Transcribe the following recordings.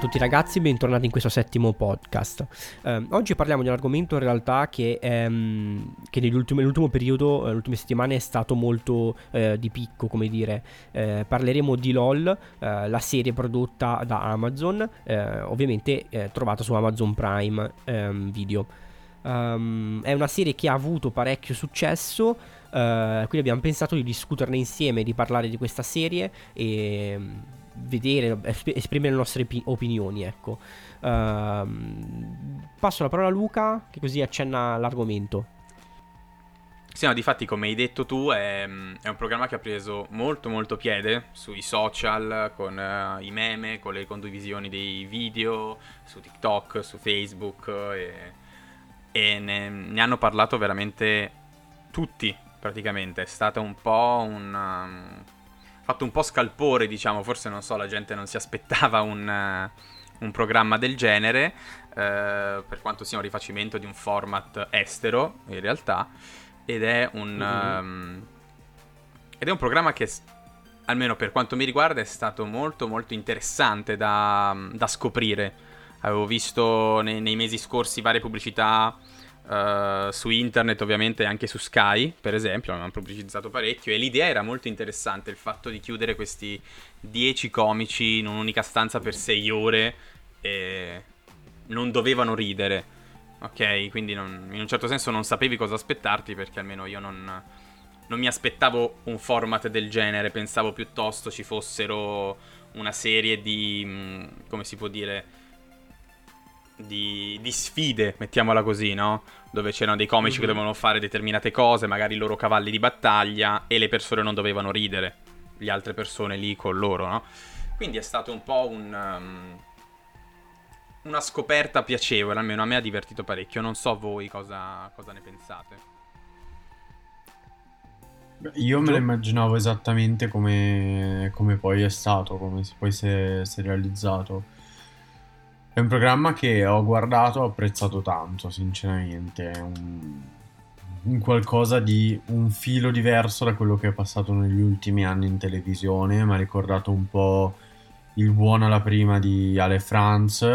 tutti ragazzi, bentornati in questo settimo podcast. Oggi parliamo di un argomento in realtà che nell'ultimo periodo, le ultime settimane è stato molto di picco, come dire. Parleremo di LOL, la serie prodotta da Amazon, ovviamente trovata su Amazon Prime Video. È una serie che ha avuto parecchio successo, quindi abbiamo pensato di discuterne insieme, di parlare di questa serie e vedere, esprimere le nostre opinioni, ecco. Passo la parola a Luca, che così accenna l'argomento. Sì, no, difatti come hai detto tu è un programma che ha preso molto piede sui social, con i meme, con le condivisioni dei video, su TikTok, su Facebook e ne hanno parlato veramente tutti praticamente. È stato un po' fatto un po' scalpore, diciamo, forse non so, la gente non si aspettava un programma del genere, per quanto sia un rifacimento di un format estero in realtà, ed è un programma che, almeno per quanto mi riguarda, è stato molto interessante da scoprire. Avevo visto nei mesi scorsi varie pubblicità su internet, ovviamente anche su Sky, per esempio, hanno pubblicizzato parecchio, e l'idea era molto interessante, il fatto di chiudere questi 10 comici in un'unica stanza per 6 ore e non dovevano ridere, ok? Quindi in un certo senso non sapevi cosa aspettarti, perché almeno io non mi aspettavo un format del genere, pensavo piuttosto ci fossero una serie di, come si può dire, di sfide, mettiamola così, no? Dove c'erano dei comici che dovevano fare determinate cose, magari i loro cavalli di battaglia, e le persone non dovevano ridere, le altre persone lì con loro, no? Quindi è stato un po' una scoperta piacevole, almeno a me ha divertito parecchio. Non so voi cosa ne pensate. Io me lo immaginavo esattamente come poi è stato, come poi si è realizzato. È un programma che ho guardato, ho apprezzato tanto, sinceramente. È un qualcosa di un filo diverso da quello che è passato negli ultimi anni in televisione. Mi ha ricordato un po' Il buono alla prima di Ale Franz,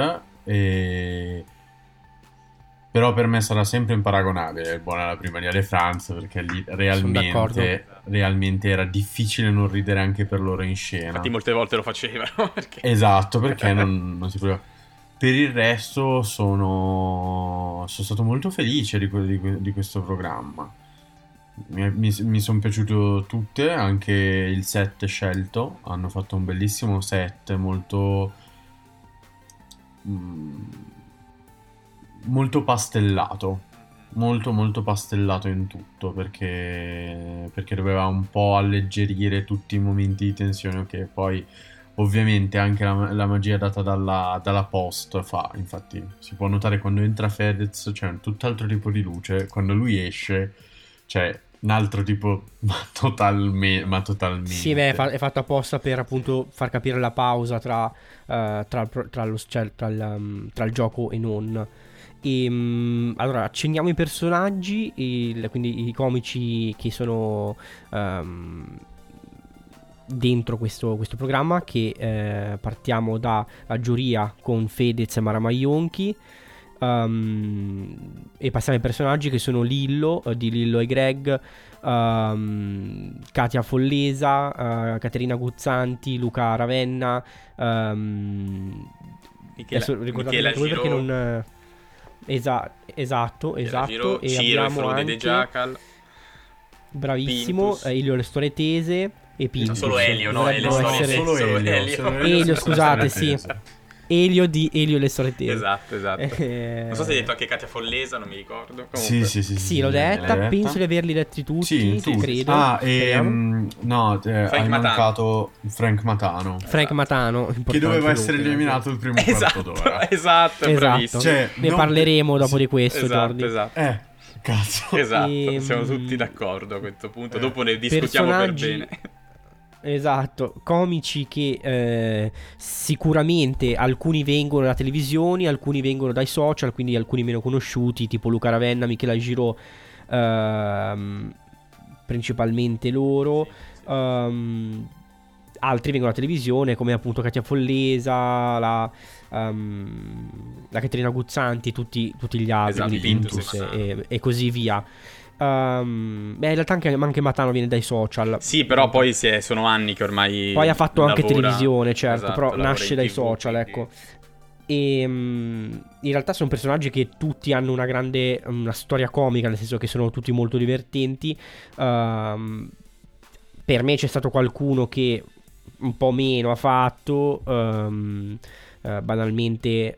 però per me sarà sempre imparagonabile Il buono alla prima di Ale Franz, perché lì realmente era difficile non ridere anche per loro in scena. Infatti molte volte lo facevano. Esatto, perché non si poteva. Per il resto sono stato molto felice di questo programma. Mi sono piaciute tutte, anche il set scelto. Hanno fatto un bellissimo set, molto pastellato. Molto pastellato in tutto, perché doveva un po' alleggerire tutti i momenti di tensione che poi ovviamente anche la magia data dalla post fa. Infatti si può notare quando entra Fedez c'è un tutt'altro tipo di luce, quando lui esce c'è un altro tipo, ma totalmente. Sì, beh, è fatto apposta per appunto far capire la pausa tra il gioco e non. Allora accenniamo i personaggi, quindi i comici che sono dentro questo programma, che partiamo dalla giuria con Fedez e Mara Maionchi, e passiamo ai personaggi che sono Lillo di Lillo e Greg, Katia Follesa, Caterina Guzzanti, Luca Ravenna, Michela voi perché Giro. non esatto Giro, e Ciro abbiamo e anche De Jackal, bravissimo, Pintus. Elio le storie tese e Pintus. No, solo Elio, no? Dovrebbero essere Solo Elio, scusate, sì. Elio di Elio le storie tese. Esatto. Non so se hai detto anche Katia Follesa, non mi ricordo. Sì. Sì, l'ho detta, penso di averli letti tutti, Sì, credo. Hai mancato Frank Matano. Frank Matano, che doveva essere eliminato il primo quarto d'ora. Esatto, bravissimo. Cioè, ne parleremo dopo di questo, Jordi. Esatto. Cazzo. Esatto, siamo tutti d'accordo a questo punto. Dopo ne discutiamo per bene. Esatto, comici che sicuramente alcuni vengono da televisioni, alcuni vengono dai social, quindi alcuni meno conosciuti, tipo Luca Ravenna, Michela Giro, principalmente loro. altri vengono alla televisione, come appunto Katia Follesa, la Caterina Guzzanti, tutti gli altri, Esatto, Pintus e così via. In realtà anche Matano viene dai social. Sì, però poi sono anni che ormai poi ha fatto anche televisione, certo, esatto, però nasce dai TV, social, quindi... ecco. E in realtà sono personaggi che tutti hanno una storia comica, nel senso che sono tutti molto divertenti. Per me c'è stato qualcuno che un po' meno ha fatto, banalmente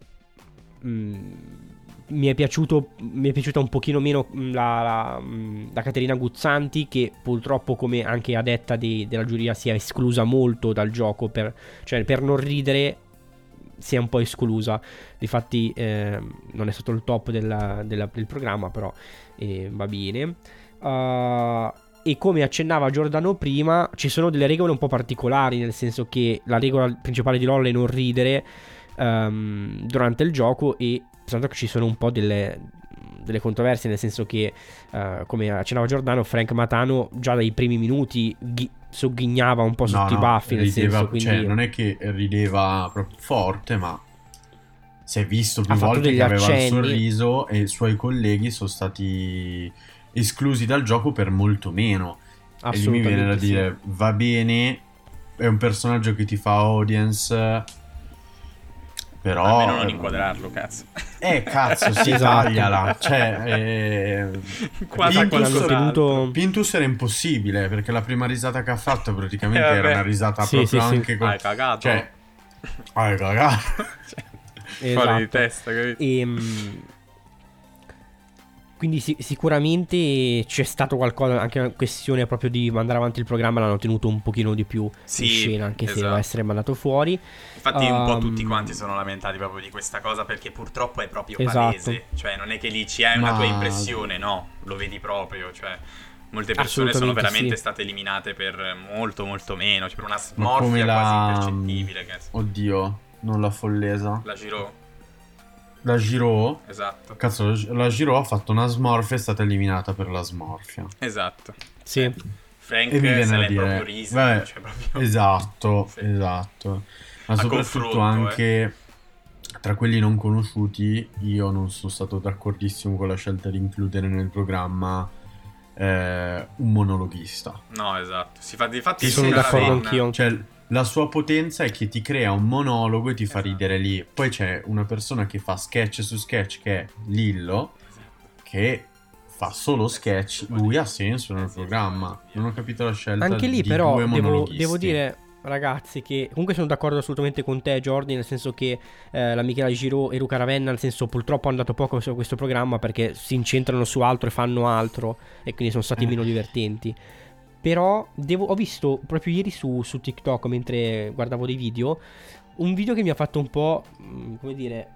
mi è piaciuta un pochino meno la Caterina Guzzanti, che purtroppo, come anche a detta della giuria, si è esclusa molto dal gioco per non ridere. Si è un po' esclusa. Difatti non è stato il top del programma, però va bene. E come accennava Giordano prima, ci sono delle regole un po' particolari, nel senso che la regola principale di LoL è non ridere durante il gioco, e tanto che ci sono un po' delle controversie, nel senso che come accennava Giordano, Frank Matano già dai primi minuti sogghignava un po' sotto i baffi, nel senso, quindi... cioè non è che rideva proprio forte, ma si è visto più fatto volte degli che aveva il accenni. sorriso, e i suoi colleghi sono stati esclusi dal gioco per molto meno. E lì mi viene da dire, sì, va bene, è un personaggio che ti fa audience, però almeno non inquadrarlo, cazzo. Cazzo, si tagliala. Cioè, Pintus era impossibile, perché la prima risata che ha fatto praticamente era una risata proprio anche con... Hai cagato. Cioè, hai cagato. Esatto. Fuori di testa, capito? Quindi sicuramente c'è stato qualcosa, anche una questione proprio di mandare avanti il programma, l'hanno tenuto un pochino di più in scena, anche se deve essere mandato fuori. Infatti un po' tutti quanti sono lamentati proprio di questa cosa, perché purtroppo è proprio palese. Cioè non è che lì ci hai una tua impressione, no, lo vedi proprio, cioè molte persone sono veramente state eliminate per molto molto meno, cioè per una smorfia quasi impercettibile. Oddio, non la Follesa, la Giro. Esatto. Cazzo, la Giro ha fatto una smorfia e è stata eliminata per la smorfia. Esatto. Sì. Frank se l'è proprio risa. Cioè proprio... Esatto, sì. Esatto. Ma soprattutto anche tra quelli non conosciuti, io non sono stato d'accordissimo con la scelta di includere nel programma un monologhista. No, esatto. Difatti sono d'accordo anch'io. Cioè, la sua potenza è che ti crea un monologo e ti fa ridere lì. Poi c'è una persona che fa sketch su sketch, che è Lillo, che fa solo sketch. Lui ha senso nel programma. Non ho capito la scelta. Anche lì di però due monologhisti. devo dire, ragazzi, che comunque sono d'accordo assolutamente con te, Jordi, nel senso che la Michela Giro e Luca Ravenna, nel senso, purtroppo hanno dato poco su questo programma perché si incentrano su altro e fanno altro, e quindi sono stati meno divertenti. Però ho visto proprio ieri su TikTok, mentre guardavo dei video, un video che mi ha fatto un po', come dire,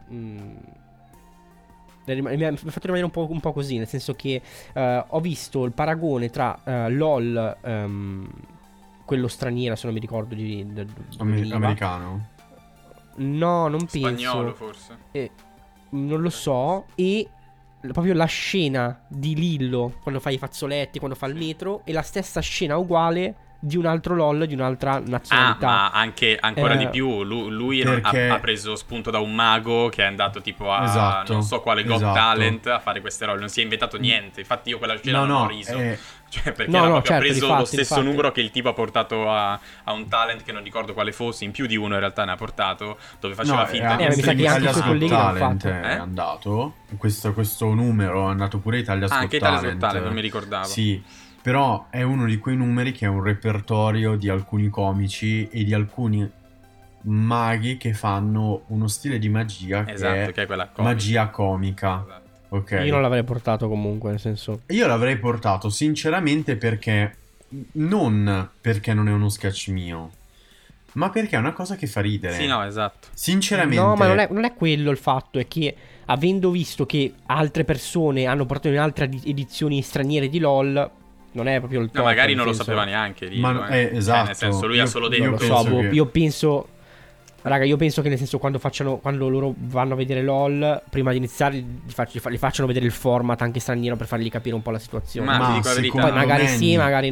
mi ha fatto rimanere un po' così, nel senso che ho visto il paragone tra LOL, quello straniero, se non mi ricordo americano? No, non penso. Spagnolo forse? Non lo so. E proprio la scena di Lillo quando fa i fazzoletti, quando fa il metro, e la stessa scena uguale di un altro LOL di un'altra nazionalità. Ma anche ancora di più, lui ha preso spunto da un mago che è andato tipo a non so quale Got Talent a fare queste rolle, non si è inventato niente. Infatti io quella scena non ho riso, cioè perché ha preso lo stesso numero che il tipo ha portato a un talent che non ricordo quale fosse, in più di uno in realtà ne ha portato, dove faceva finta di mi sa che anche i suoi colleghi l'hanno fatto. È andato questo numero è andato pure Italia Scott anche Italia Scott Talent, non mi ricordavo. Sì, però è uno di quei numeri che è un repertorio di alcuni comici e di alcuni maghi che fanno uno stile di magia che è quella comica. Magia comica. Esatto. Okay. Io non l'avrei portato comunque, nel senso. Io l'avrei portato sinceramente perché non perché non è uno sketch mio, ma perché è una cosa che fa ridere. Sì, no, esatto. Sinceramente. No, ma non è quello il fatto, è che avendo visto che altre persone hanno portato in altre edizioni straniere di LOL, non è proprio il top. No, magari non lo sapeva neanche Lillo, esatto. Cioè, nel senso, lui ha solo detto. Io penso Raga, io penso che nel senso quando loro vanno a vedere LOL, prima di iniziare li facciano vedere il format anche straniero per fargli capire un po' la situazione. Ma poi magari sì, magari no.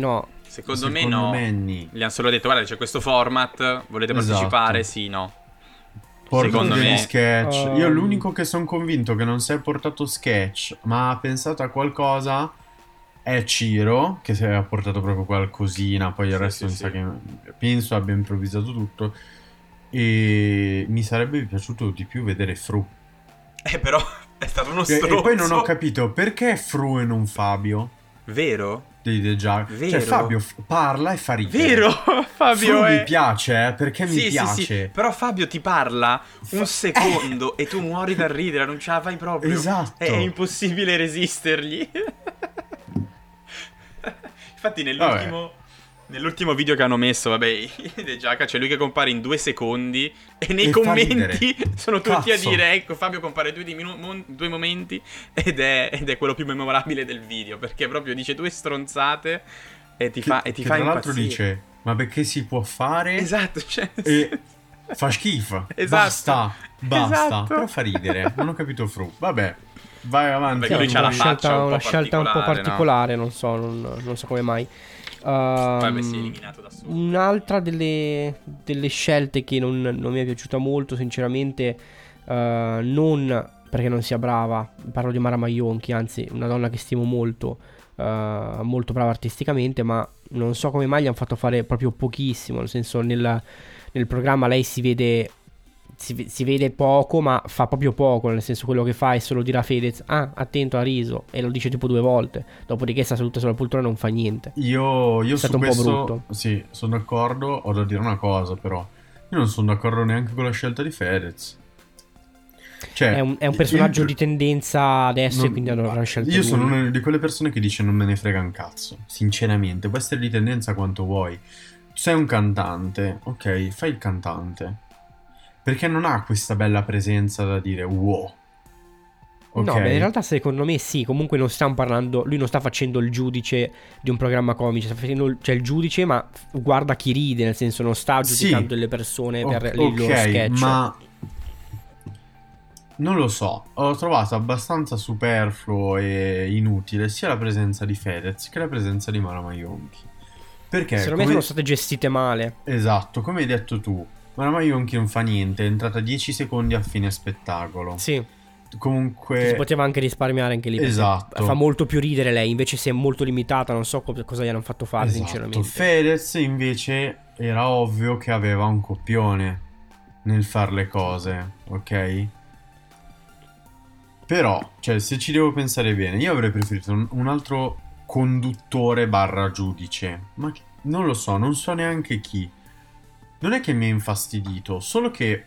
Secondo me no. Gli hanno solo detto: guarda, c'è questo format, volete partecipare? Sì, no. Secondo me sketch. Io l'unico che sono convinto che non si è portato sketch, ma ha pensato a qualcosa, è Ciro, che si è portato proprio qualcosina. Poi il resto mi sa che penso abbia improvvisato tutto. E mi sarebbe piaciuto di più vedere Fru. Però è stato uno stronzo. E poi non ho capito perché Fru e non Fabio. Vero? Vero? Cioè Fabio parla e fa ridere. Vero? Fabio mi piace, perché mi piace. Sì. Però Fabio ti parla un secondo e tu muori dal ridere, non ce la fai proprio. Esatto. È impossibile resistergli. Infatti nell'ultimo video che hanno messo, vabbè, De Giaca, c'è lui che compare in 2 secondi e nei commenti sono tutti a dire: ecco, Fabio compare 2 momenti ed è quello più memorabile del video, perché proprio dice 2 stronzate e ti fa impazzire. Tra l'altro dice: ma perché si può fare? Esatto, cioè, e fa schifo. Esatto. Basta. Esatto. Però fa ridere. Non ho capito Fru. Vabbè, vai avanti. Perché lui c'ha la faccia una scelta un po' particolare, no? non so come mai. Vabbè, si è eliminato da solo. Un'altra delle scelte che non mi è piaciuta molto, sinceramente, non perché non sia brava, parlo di Mara Maionchi, anzi una donna che stimo molto, molto brava artisticamente, ma non so come mai gli hanno fatto fare proprio pochissimo, nel senso nel programma lei si vede poco, ma fa proprio poco, nel senso quello che fa è solo dire a Fedez: ah, attento, ha riso, e lo dice tipo 2 volte, dopodiché sta seduta sulla poltrona e non fa niente. Io è stato su un questo, po' brutto. Sì, sono d'accordo. Ho da dire una cosa, però io non sono d'accordo neanche con la scelta di Fedez. Cioè, è un personaggio di tendenza adesso, e quindi hanno scelto io lui. sono una di quelle persone che dice: non me ne frega un cazzo, sinceramente. Può essere di tendenza quanto vuoi. Sei un cantante, ok, fai il cantante, perché non ha questa bella presenza da dire wow. Okay. No, beh, in realtà secondo me sì, comunque non stiamo parlando, lui non sta facendo il giudice di un programma comico, sta facendo il giudice, ma guarda chi ride, nel senso non sta giudicando delle persone per il loro sketch. Ma non lo so, ho trovato abbastanza superfluo e inutile sia la presenza di Fedez che la presenza di Mara Maionchi. Perché secondo me sono state gestite male. Esatto, come hai detto tu, Mara Maionchi non fa niente, è entrata 10 secondi a fine spettacolo. Sì. Comunque si poteva anche risparmiare anche lì. Esatto. Fa molto più ridere lei, invece si è molto limitata, non so cosa gli hanno fatto fare, esatto. Sinceramente. Fedez invece era ovvio che aveva un copione nel fare le cose, ok? Però, cioè, se ci devo pensare bene, io avrei preferito un altro conduttore / giudice, ma non lo so, non so neanche chi. Non è che mi ha infastidito, solo che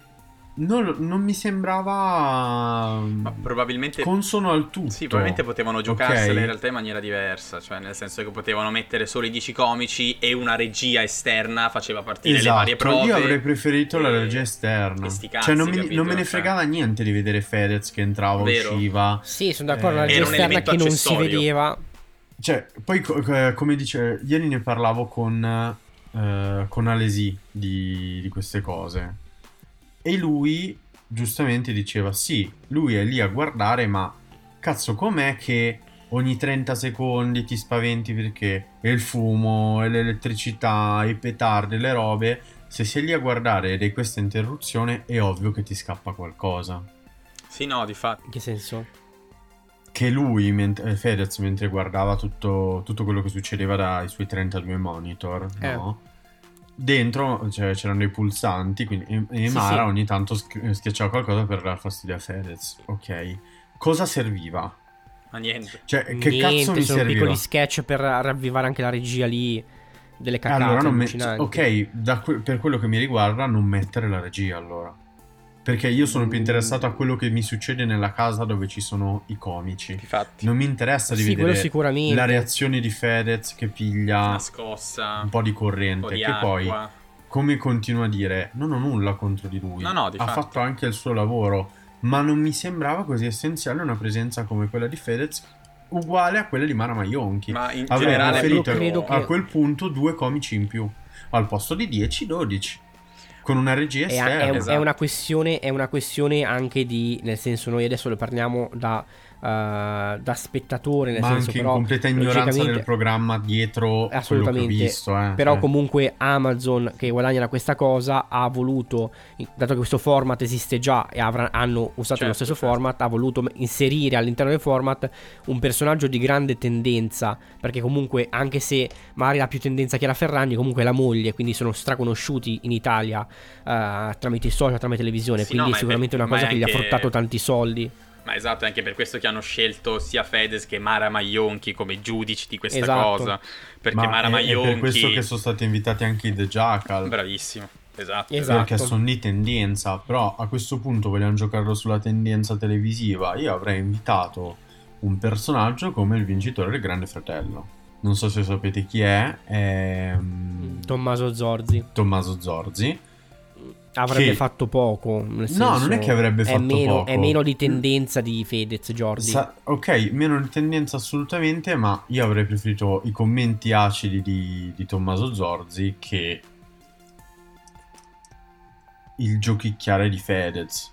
non mi sembrava ma probabilmente consono al tutto. Sì, probabilmente potevano giocarsela okay. In realtà in maniera diversa, cioè nel senso che potevano mettere solo i 10 comici e una regia esterna faceva partire le varie prove. Io avrei preferito la regia esterna. Cazzi, non me ne fregava niente di vedere Fedez che entrava, usciva. Sì, sono d'accordo, la regia esterna che non si vedeva. Cioè, poi come dice, ieri ne parlavo con Alesi di queste cose. E lui giustamente diceva: sì, lui è lì a guardare, ma cazzo, com'è che ogni 30 secondi ti spaventi perché è il fumo, è l'elettricità, i petardi, le robe. Se sei lì a guardare ed hai questa interruzione, è ovvio che ti scappa qualcosa. Sì, no, di fatto. In che senso? Che lui, Fedez, mentre guardava tutto quello che succedeva dai suoi 32 monitor, no? Dentro c'erano dei pulsanti, quindi, e Mara ogni tanto schiacciava qualcosa per dar fastidio a Fedez. Ok, cosa serviva? Ma niente. Cioè, che cazzo mi sono serviva? Piccoli sketch per ravvivare anche la regia lì, delle cacate allucinanti. Ok, per quello che mi riguarda, non mettere la regia allora. Perché io sono più interessato a quello che mi succede nella casa dove ci sono i comici. Infatti. Non mi interessa di vedere la reazione di Fedez che piglia una scossa, un po' di corrente, po' di che acqua. Poi, come continua a dire, non ho nulla contro di lui. No, ha fatto anche il suo lavoro, ma non mi sembrava così essenziale una presenza come quella di Fedez, uguale a quella di Mara Maionchi. Ma in avrei generale preferito a quel punto 2 comici in più al posto di 10-12. Con una regia esterna. È una questione anche di, nel senso, noi adesso lo parliamo da da spettatore, nel ma senso, anche però in completa ignoranza del programma dietro assolutamente, quello che ho visto, però comunque Amazon, che guadagna da questa cosa, ha voluto, dato che questo format esiste già e hanno usato lo stesso format, ha voluto inserire all'interno del format un personaggio di grande tendenza, perché comunque, anche se magari ha più tendenza Chiara Ferragni, comunque è la moglie, quindi sono straconosciuti in Italia tramite i social, tramite televisione, quindi è sicuramente una cosa che gli ha fruttato tanti soldi. Ma esatto, è anche per questo che hanno scelto sia Fedez che Mara Maionchi come giudici di questa cosa. Perché Mara Maionchi... è per questo che sono stati invitati anche i The Jackal. Bravissimo, esatto. Perché sono di tendenza. Però a questo punto vogliamo giocarlo sulla tendenza televisiva. Io avrei invitato un personaggio come il vincitore del Grande Fratello. Non so se sapete chi è Tommaso Zorzi. Avrebbe fatto poco, nel senso, no, non è che avrebbe fatto poco. È meno di tendenza di Fedez, Jordi. Ok, meno di tendenza assolutamente, ma io avrei preferito i commenti acidi di Tommaso Zorzi che il giochicchiare di Fedez.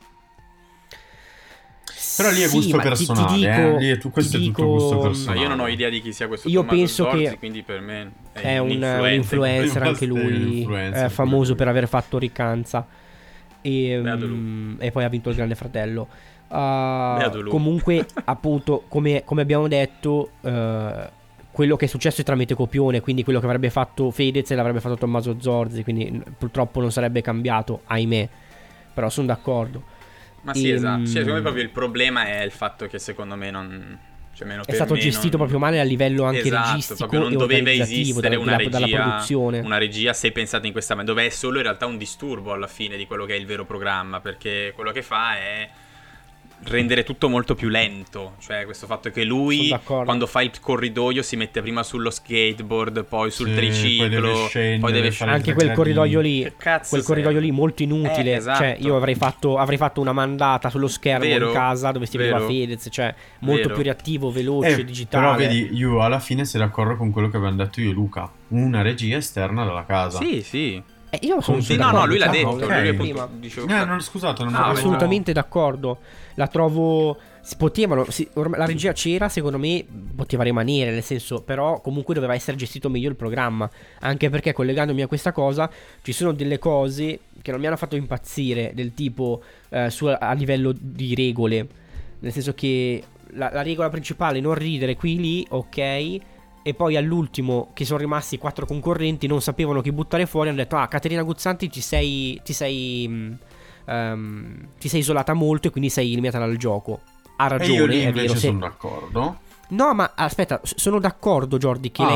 Però lì è gusto personale, questo è tutto gusto personale. Io non ho idea di chi sia questo Io Tommaso penso Zorzi, che quindi per me è un influencer, anche lui è famoso per aver fatto Riccanza e poi ha vinto il Grande Fratello. Comunque appunto, come abbiamo detto, quello che è successo è tramite copione, quindi quello che avrebbe fatto Fedez l'avrebbe fatto Tommaso Zorzi, quindi purtroppo non sarebbe cambiato, ahimè. Però sono d'accordo. Ma sì, esatto. Secondo me proprio il problema è il fatto che secondo me non... è stato gestito proprio male a livello anche registico, proprio non e doveva esistere una regia, dalla produzione. Una regia, se pensate in questa maniera, dove è solo in realtà un disturbo alla fine di quello che è il vero programma, perché quello che fa è rendere tutto molto più lento. Cioè questo fatto che lui quando fa il corridoio si mette prima sullo skateboard, poi sul triciclo, poi deve scendere. Anche quel corridoio lì, corridoio lì molto inutile. Esatto. Cioè io avrei fatto una mandata sullo schermo in casa dove si vedeva Fedez, cioè molto più reattivo, veloce, digitale. Però vedi, io alla fine sei d'accordo con quello che abbiamo detto io e Luca, una regia esterna dalla casa. Sì. Io sono no, lui l'ha detto. Okay. Lui appunto, scusate, non assolutamente d'accordo. La trovo. La regia c'era, secondo me poteva rimanere, nel senso, però comunque doveva essere gestito meglio il programma. Anche perché, collegandomi a questa cosa, ci sono delle cose che non mi hanno fatto impazzire, del tipo a livello di regole. Nel senso che la regola principale, non ridere qui lì, ok. E poi all'ultimo, che sono rimasti 4 concorrenti, non sapevano chi buttare fuori, hanno detto: Caterina Guzzanti ti sei isolata molto e quindi sei eliminata dal gioco. Ha ragione, io lì è invece vero. Sono d'accordo. No, ma aspetta, sono d'accordo, Jordi, che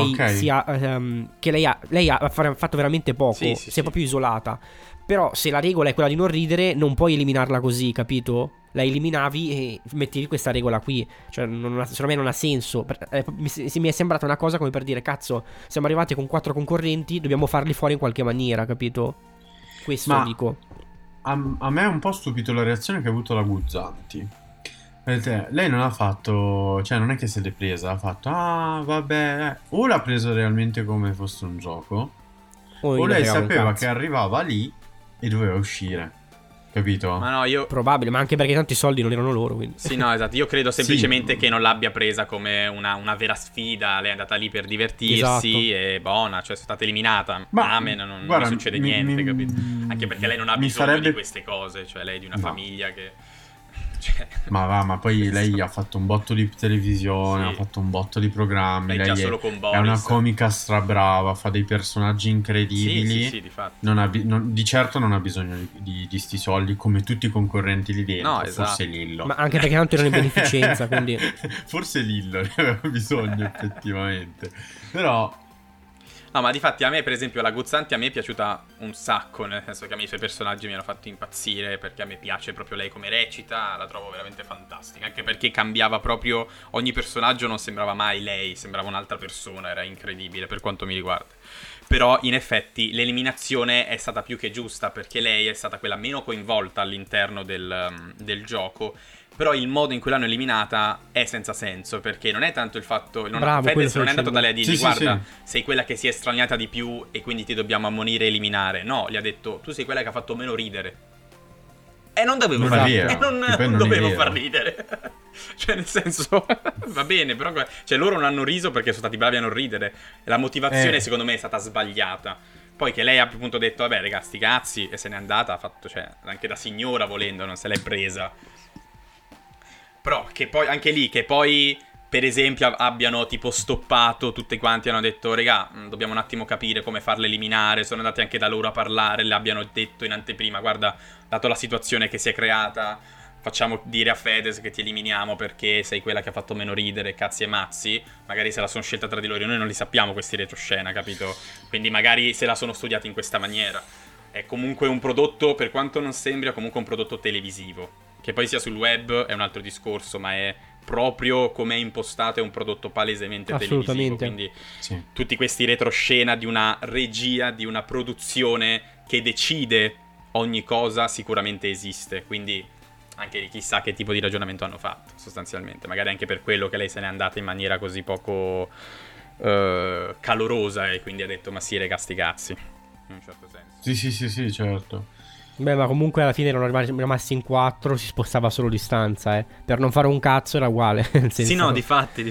lei ha fatto veramente poco. Si è proprio isolata. Però se la regola è quella di non ridere, non puoi eliminarla così, capito? La eliminavi e mettevi questa regola qui. Cioè, secondo me non ha senso. Mi è sembrata una cosa come per dire: cazzo, siamo arrivati con 4 concorrenti, dobbiamo farli fuori in qualche maniera, capito? Questo dico. A me è un po' stupito la reazione che ha avuto la Guzzanti. Lei non ha fatto, cioè non è che se l'è presa, ha fatto vabbè, o l'ha preso realmente come fosse un gioco, o lei sapeva che arrivava lì e doveva uscire, capito? Ma no, io... Probabile, ma anche perché tanti soldi non erano loro, quindi. Sì, no, esatto, io credo semplicemente che non l'abbia presa come una vera sfida. Lei è andata lì per divertirsi e buona, cioè è stata eliminata. Amen, non mi succede niente, capito? Anche perché lei non ha bisogno di queste cose, cioè lei è di una famiglia che... Ma poi lei ha fatto un botto di televisione, ha fatto un botto di programmi. Lei solo con Boris. È una comica strabrava, fa dei personaggi incredibili. Sì, di fatto. Di certo non ha bisogno di sti soldi come tutti i concorrenti lì dentro. No, esatto. Forse Lillo. Ma anche perché tanto erano in beneficenza, quindi. Forse Lillo ne aveva bisogno effettivamente. Però... No, ma difatti a me, per esempio, la Guzzanti a me è piaciuta un sacco, nel senso che a me i suoi personaggi mi hanno fatto impazzire, perché a me piace proprio lei come recita, la trovo veramente fantastica, anche perché cambiava proprio, ogni personaggio non sembrava mai lei, sembrava un'altra persona, era incredibile per quanto mi riguarda. Però in effetti l'eliminazione è stata più che giusta, perché lei è stata quella meno coinvolta all'interno del gioco. Però il modo in cui l'hanno eliminata è senza senso, perché non è tanto il fatto... Fedez non è andato da lei a dirgli guarda, sei quella che si è estraniata di più e quindi ti dobbiamo ammonire e eliminare. No, gli ha detto tu sei quella che ha fatto meno ridere. E non dovevo far ridere. Non dovevo far ridere. Cioè, nel senso, va bene, però cioè, loro non hanno riso perché sono stati bravi a non ridere. La motivazione, secondo me, è stata sbagliata. Poi che lei ha appunto detto, vabbè, raga, sti cazzi, e se n'è andata, ha fatto, cioè, anche da signora volendo, non se l'è presa. Però, che poi, anche lì, che poi, per esempio, abbiano tipo stoppato tutti quanti, hanno detto, raga, dobbiamo un attimo capire come farle eliminare, sono andati anche da loro a parlare, le abbiano detto in anteprima, guarda, dato la situazione che si è creata, facciamo dire a Fedez che ti eliminiamo perché sei quella che ha fatto meno ridere, cazzi e mazzi. Magari se la sono scelta tra di loro, noi non li sappiamo questi retroscena, capito? Quindi magari se la sono studiati in questa maniera. È comunque un prodotto, per quanto non sembri, è comunque un prodotto televisivo. Che poi sia sul web è un altro discorso, ma è proprio come è impostato, è un prodotto palesemente televisivo. Quindi sì, tutti questi retroscena di una regia, di una produzione che decide ogni cosa sicuramente esiste. Quindi anche chissà che tipo di ragionamento hanno fatto, sostanzialmente. Magari anche per quello che lei se n'è andata in maniera così poco calorosa, e quindi ha detto, ma sì, raga, sti cazzi, in un certo senso. Sì, certo. Beh, ma comunque alla fine erano rimasti in 4, si spostava solo distanza, per non fare un cazzo era uguale. Nel senso, sì, no, difatti.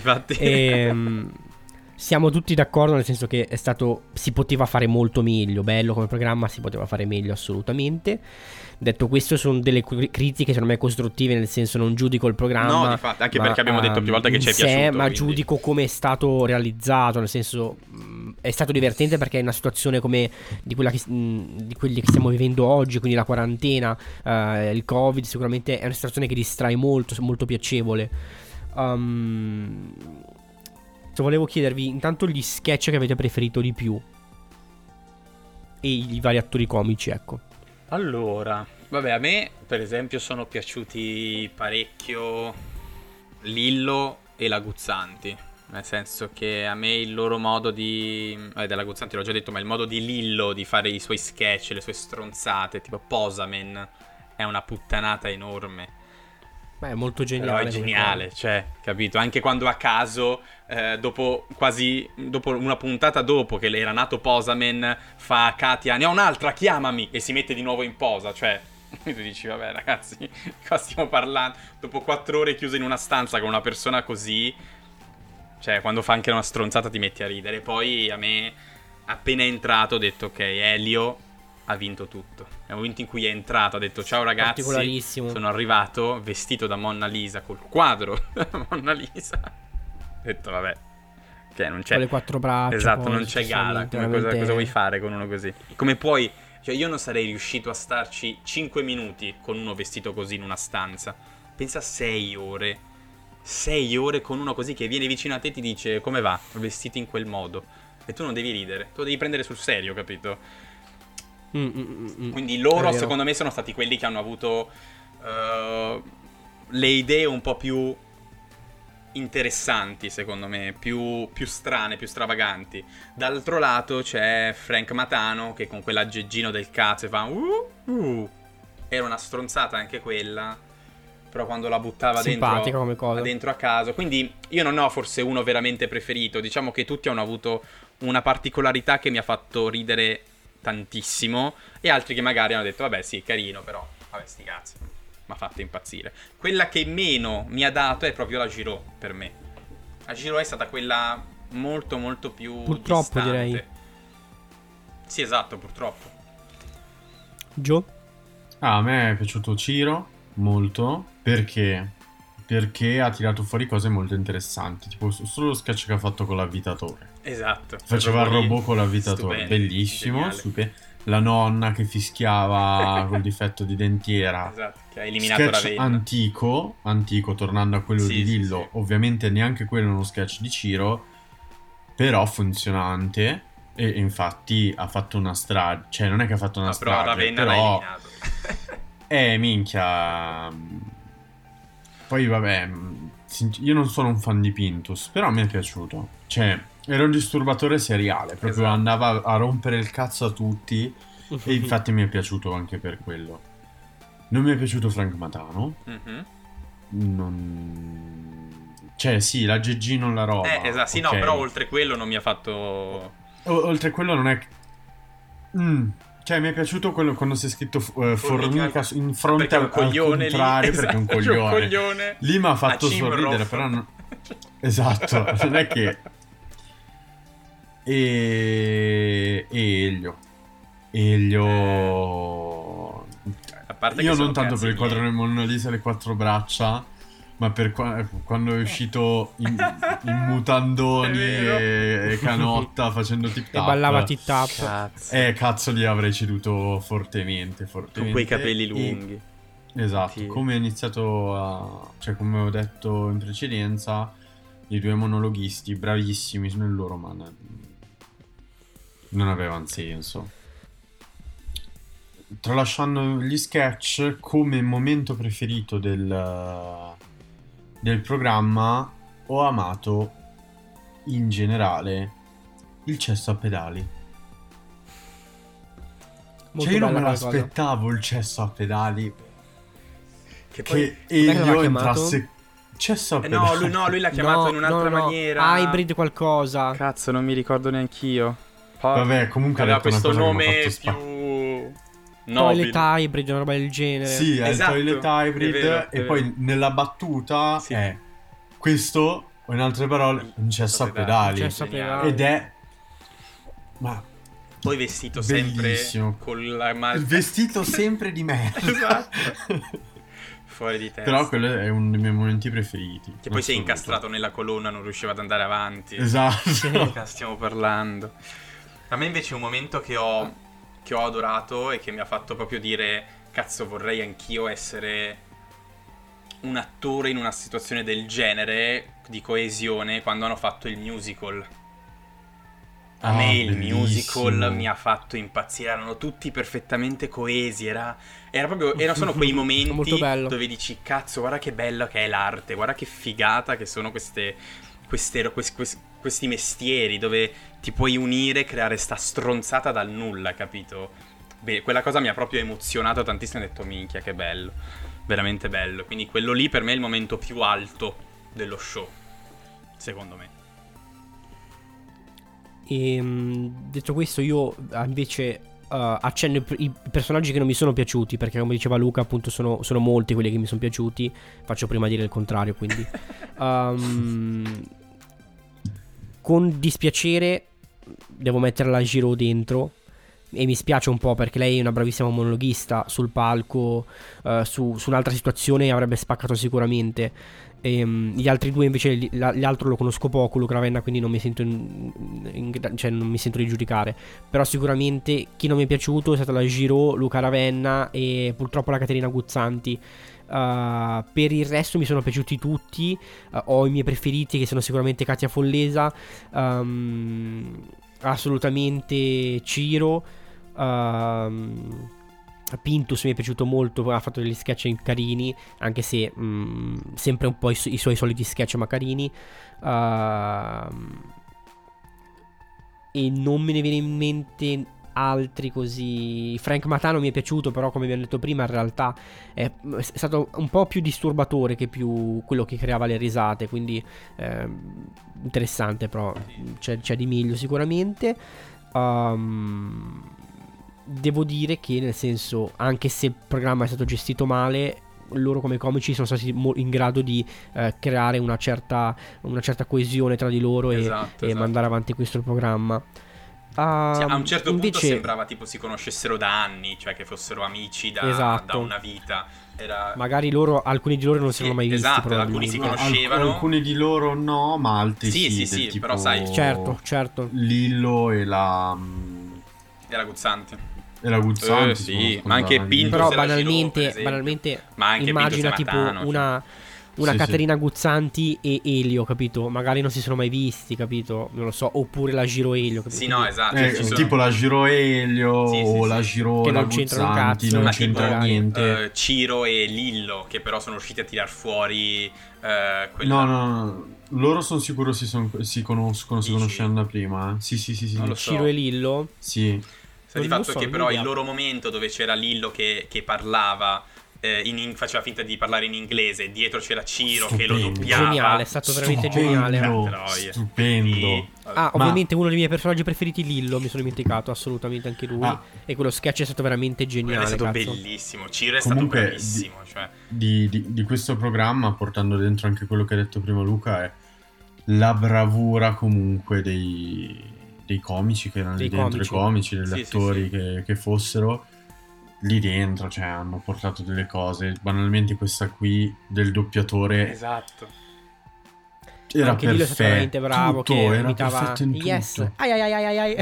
Siamo tutti d'accordo, nel senso che è stato, si poteva fare molto meglio, bello come programma, si poteva fare meglio assolutamente. Detto questo, sono delle critiche secondo me costruttive, nel senso non giudico il programma, no, difatti, anche perché abbiamo detto più volte che ci è piaciuto, ma quindi giudico come è stato realizzato, nel senso è stato divertente perché è una situazione come di quella di quelli che stiamo vivendo oggi, quindi la quarantena, il Covid, sicuramente è una situazione che distrae molto, molto piacevole. Volevo chiedervi intanto gli sketch che avete preferito di più e i vari attori comici, ecco. Allora, vabbè, a me per esempio sono piaciuti parecchio Lillo e la Guzzanti, nel senso che a me il loro modo di... della Guzzanti l'ho già detto, ma il modo di Lillo di fare i suoi sketch, le sue stronzate, tipo Posamen, è una puttanata enorme. Beh, è molto geniale. Però è geniale, cioè, capito? Anche quando a caso, dopo una puntata dopo che era nato Posamen, fa a Katia, ne ho un'altra, chiamami, e si mette di nuovo in posa, cioè, tu dici, vabbè ragazzi, qua stiamo parlando, dopo 4 ore chiuso in una stanza con una persona così, cioè, quando fa anche una stronzata ti metti a ridere. Poi a me, appena è entrato, ho detto, ok, Elio ha vinto tutto. Nel momento in cui è entrato ha detto, ciao ragazzi, sono arrivato vestito da Monna Lisa, col quadro da Monna Lisa. Ho detto, vabbè, che non c'è, con le 4 braccia, esatto, poi, non c'è gara. Cosa vuoi fare con uno così? Come puoi, cioè io non sarei riuscito a starci 5 minuti con uno vestito così in una stanza. Pensa 6 ore 6 ore con uno così che viene vicino a te e ti dice come va, vestito in quel modo, e tu non devi ridere, tu lo devi prendere sul serio, capito? Quindi loro secondo me sono stati quelli che hanno avuto le idee un po' più interessanti, secondo me, più strane, più stravaganti. Dall'altro lato c'è Frank Matano che con quell'aggeggino del cazzo fa era una stronzata anche quella, però quando la buttava dentro a caso. Quindi io non ho forse uno veramente preferito, diciamo che tutti hanno avuto una particolarità che mi ha fatto ridere tantissimo, e altri che magari hanno detto vabbè sì, carino, però vabbè sti cazzi, mi ha fatto impazzire. Quella che meno mi ha dato è proprio la Giraud, per me. La Giraud è stata quella molto molto più purtroppo distante. Direi. Sì, esatto, purtroppo. Gio? A me è piaciuto Ciro molto perché ha tirato fuori cose molto interessanti, tipo solo lo sketch che ha fatto con l'avvitatore. Esatto. Faceva il robot con l'avvitatore, bellissimo, la nonna che fischiava col difetto di dentiera. Esatto, che ha eliminato sketch Ravenna. antico, tornando a quello di Lillo, ovviamente neanche quello è uno sketch di Ciro, però funzionante, e infatti ha fatto una strage, cioè non è che ha fatto una strage, però Ravenna però... l'ha eliminato. Minchia. Poi vabbè, io non sono un fan di Pintus, però mi è piaciuto. Cioè, era un disturbatore seriale, proprio andava a rompere il cazzo a tutti, e infatti mi è piaciuto anche per quello. Non mi è piaciuto Frank Matano. Cioè, sì, la Geggino la roba. Esatto, sì, okay. No, però oltre quello non mi ha fatto... Oltre quello non è... Cioè, mi è piaciuto quello quando si è scritto formica in fronte al coglione contrario, lì, perché è un esatto, coglione. Lì mi ha fatto sorridere, però non... Esatto, non è che... E Elio... A parte Io che non tanto cazzi per il quadro miei. del Mona Lisa e le quattro braccia, ma per quando è uscito in mutandoni È vero. e canotta facendo tip tap. E ballava tip tap. Cazzo. Cazzo, lì avrei ceduto fortemente. Con quei capelli lunghi. Esatto, Sì. come ho iniziato cioè, come ho detto in precedenza, i due monologhisti bravissimi nel loro, ma non avevano senso. Tralasciando gli sketch, come momento preferito del programma, ho amato in generale il cesso a pedali. Molto Cioè, io non bella me quella l'aspettavo il cesso a pedali. Che poi... Che Com'è che l'aveva Elio chiamato? entrasse. Cesso a pedali. lui l'ha chiamato in un'altra maniera. Hybrid qualcosa. Cazzo, non mi ricordo neanch'io. Vabbè, comunque aveva ha detto una questo cosa che mi ha nome fatto più nobile. Toilet Hybrid, una roba del genere. Sì, è Esatto, il toilet hybrid. è vero, E poi nella battuta Sì. è questo, o in altre parole, un cesso a Un pedali. cesso a Geniale. pedali. Ed è... Ma... Poi vestito Bellissimo. sempre con la il vestito sempre di merda. Esatto. Fuori di testa. Però quello è uno dei miei momenti preferiti. Che poi si è Assoluto. incastrato nella colonna, non riusciva ad andare avanti. Esatto. Di cosa stiamo parlando? A me invece un momento che ho adorato e che mi ha fatto proprio dire cazzo, vorrei anch'io essere un attore in una situazione del genere, di coesione, quando hanno fatto il musical. A me il bellissimo. musical mi ha fatto impazzire, erano tutti perfettamente coesi, era proprio, sono quei momenti Molto bello. dove dici cazzo, guarda che bello che è l'arte, guarda che figata che sono questi mestieri dove ti puoi unire e creare sta stronzata dal nulla, capito? Beh, quella cosa mi ha proprio emozionato tantissimo, ho detto minchia che bello, veramente bello, quindi quello lì per me è il momento più alto dello show, secondo me. E detto questo, io invece accenno i personaggi che non mi sono piaciuti, perché come diceva Luca, appunto sono molti quelli che mi sono piaciuti. Faccio prima dire il contrario, quindi con dispiacere devo mettere la Giro dentro. E mi spiace un po' perché lei è una bravissima monologhista sul palco, su un'altra situazione avrebbe spaccato sicuramente. Gli altri due invece, l'altro lo conosco poco, Luca Ravenna, quindi non mi sento cioè non mi sento di giudicare. Però sicuramente chi non mi è piaciuto è stata la Giro, Luca Ravenna e purtroppo la Caterina Guzzanti. Per il resto mi sono piaciuti tutti. Ho i miei preferiti che sono sicuramente Katia Follesa, assolutamente Ciro, Pintus mi è piaciuto molto, ha fatto degli sketch carini, anche se sempre un po' i suoi soliti sketch ma carini. E non me ne viene in mente altri così. Frank Matano mi è piaciuto, però come abbiamo detto prima in realtà è stato un po' più disturbatore che più quello che creava le risate, quindi interessante, però c'è di meglio sicuramente. Devo dire che, nel senso, anche se il programma è stato gestito male, loro come comici sono stati in grado di creare una certa coesione tra di loro e mandare avanti questo programma. A un certo invece... punto sembrava tipo si conoscessero da anni, cioè che fossero amici da una vita. Magari alcuni di loro non si erano mai visti. Esatto, alcuni si conoscevano. Alcuni di loro no, ma altri sì, tipo però sai. Certo. Lillo e la Guzzanti. E la Guzzanti, sì, ma anche Pintus. Però banalmente ma anche immagina tipo Matano, una Caterina Guzzanti e Elio, capito? Magari non si sono mai visti, capito? Non lo so, oppure la Giro Elio, capito? Sì, no, esatto. Tipo la Giro Elio o la Giro che la non c'entra un Guzzanti, cazzo, non c'entra niente. Ciro e Lillo, che però sono riusciti a tirar fuori quella... No, loro sono sicuro si conoscono, si conoscevano da prima. Sì. Non lo so. Ciro e Lillo? Sì. Sta di fatto che però il loro momento dove c'era Lillo che parlava faceva finta di parlare in inglese, dietro c'era Ciro che lo doppiava. Geniale, è stato veramente geniale. Stupendo. Ovviamente uno dei miei personaggi preferiti, Lillo, mi sono dimenticato assolutamente anche lui. E quello sketch è stato veramente geniale. È stato cazzo. Bellissimo. Ciro è stato bravissimo. Di questo programma, portando dentro anche quello che ha detto prima Luca, è la bravura comunque dei comici che erano lì dentro, i comici, degli attori che fossero lì dentro, cioè hanno portato delle cose. Banalmente questa qui del doppiatore, esatto, era anche lì è stato veramente bravo, tutto, che era imitava Yes, tutto. ai.